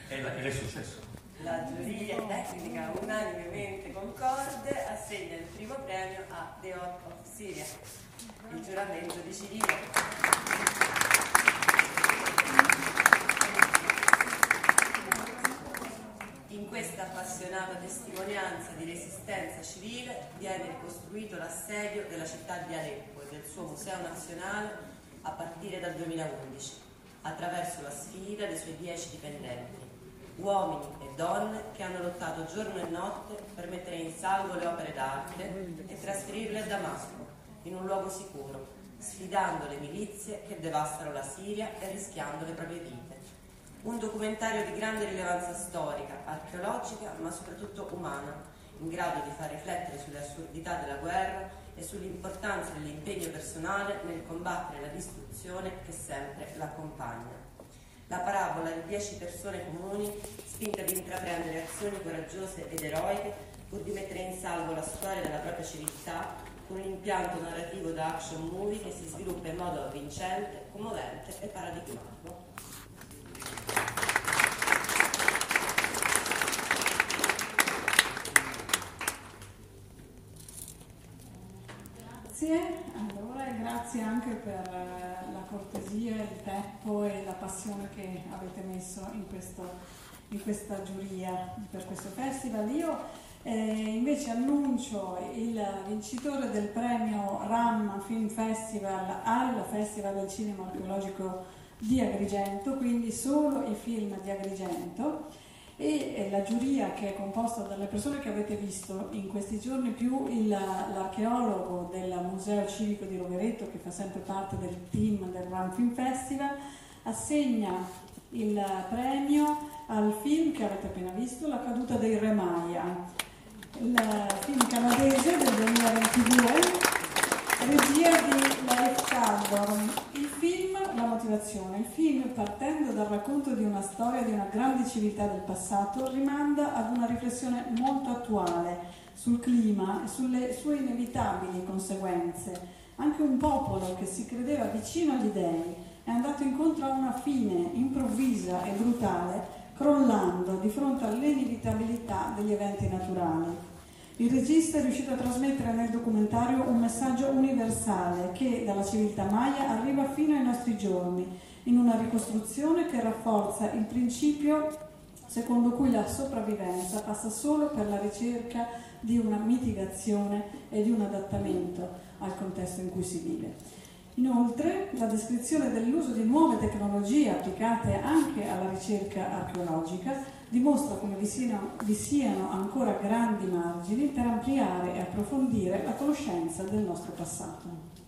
E che è successo? La giuria tecnica unanimemente concorde assegna il primo premio a The Oath of Syria, il giuramento di Cirilo. In questa appassionata testimonianza di resistenza civile viene ricostruito l'assedio della città di Aleppo e del suo museo nazionale a partire dal 2011, attraverso la sfida dei suoi 10 dipendenti, uomini e donne che hanno lottato giorno e notte per mettere in salvo le opere d'arte e trasferirle a Damasco, in un luogo sicuro, sfidando le milizie che devastano la Siria e rischiando le proprie vite. Un documentario di grande rilevanza storica, archeologica, ma soprattutto umana, in grado di far riflettere sulle assurdità della guerra e sull'importanza dell'impegno personale nel combattere la distruzione che sempre l'accompagna. La parabola di 10 persone comuni spinte ad intraprendere azioni coraggiose ed eroiche pur di mettere in salvo la storia della propria civiltà con un impianto narrativo da action movie che si sviluppa in modo avvincente, commovente e paradigmatico. Grazie, allora, e grazie anche per la cortesia, il tempo e la passione che avete messo in questa giuria per questo festival. Io invece annuncio il vincitore del premio RAM Film Festival al Festival del Cinema Archeologico di Agrigento, quindi solo i film di Agrigento, e la giuria, che è composta dalle persone che avete visto in questi giorni, più l'archeologo del Museo Civico di Rovereto, che fa sempre parte del team del RAM Film Festival, assegna il premio al film che avete appena visto, La caduta dei Re Maya, il film canadese del 2022, regia di Leif Caldor. Il film, la motivazione: il film, partendo dal racconto di una storia di una grande civiltà del passato, rimanda ad una riflessione molto attuale sul clima e sulle sue inevitabili conseguenze. Anche un popolo che si credeva vicino agli dei è andato incontro a una fine improvvisa e brutale, crollando di fronte all'inevitabilità degli eventi naturali. Il regista è riuscito a trasmettere nel documentario un messaggio universale che dalla civiltà Maya arriva fino ai nostri giorni, in una ricostruzione che rafforza il principio secondo cui la sopravvivenza passa solo per la ricerca di una mitigazione e di un adattamento al contesto in cui si vive. Inoltre, la descrizione dell'uso di nuove tecnologie applicate anche alla ricerca archeologica dimostra come vi siano ancora grandi margini per ampliare e approfondire la conoscenza del nostro passato.